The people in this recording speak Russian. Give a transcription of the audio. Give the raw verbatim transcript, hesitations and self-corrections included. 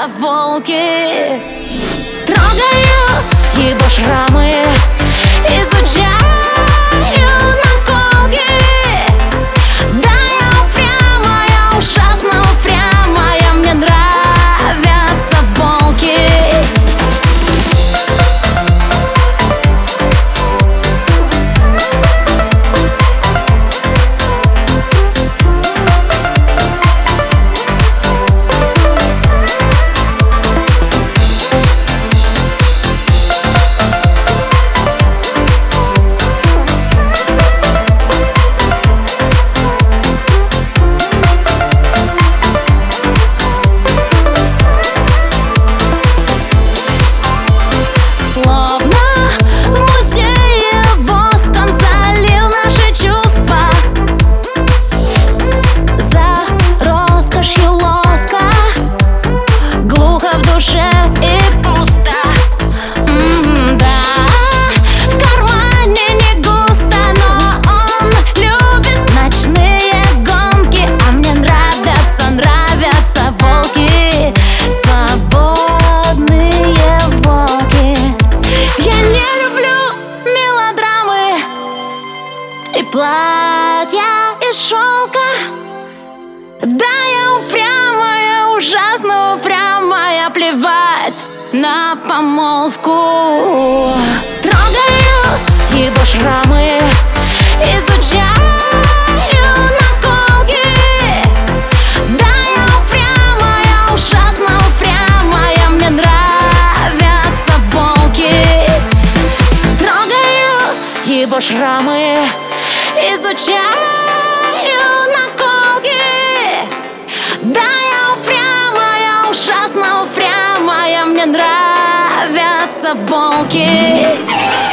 нравятся волки. Трогаю его шрамы, изучаю наколки. Да, я упрямая, ужасно упрямая, мне нравятся волки. И платья из шелка. Да, я упрямая, ужасно упрямая, плевать на помолвку. Трогаю его шрамы, изучаю наколки. Да, я упрямая, ужасно упрямая, мне нравятся волки. Трогаю его шрамы, изучаю наколки. Да, я упрямая, ужасно упрямая, мне нравятся волки.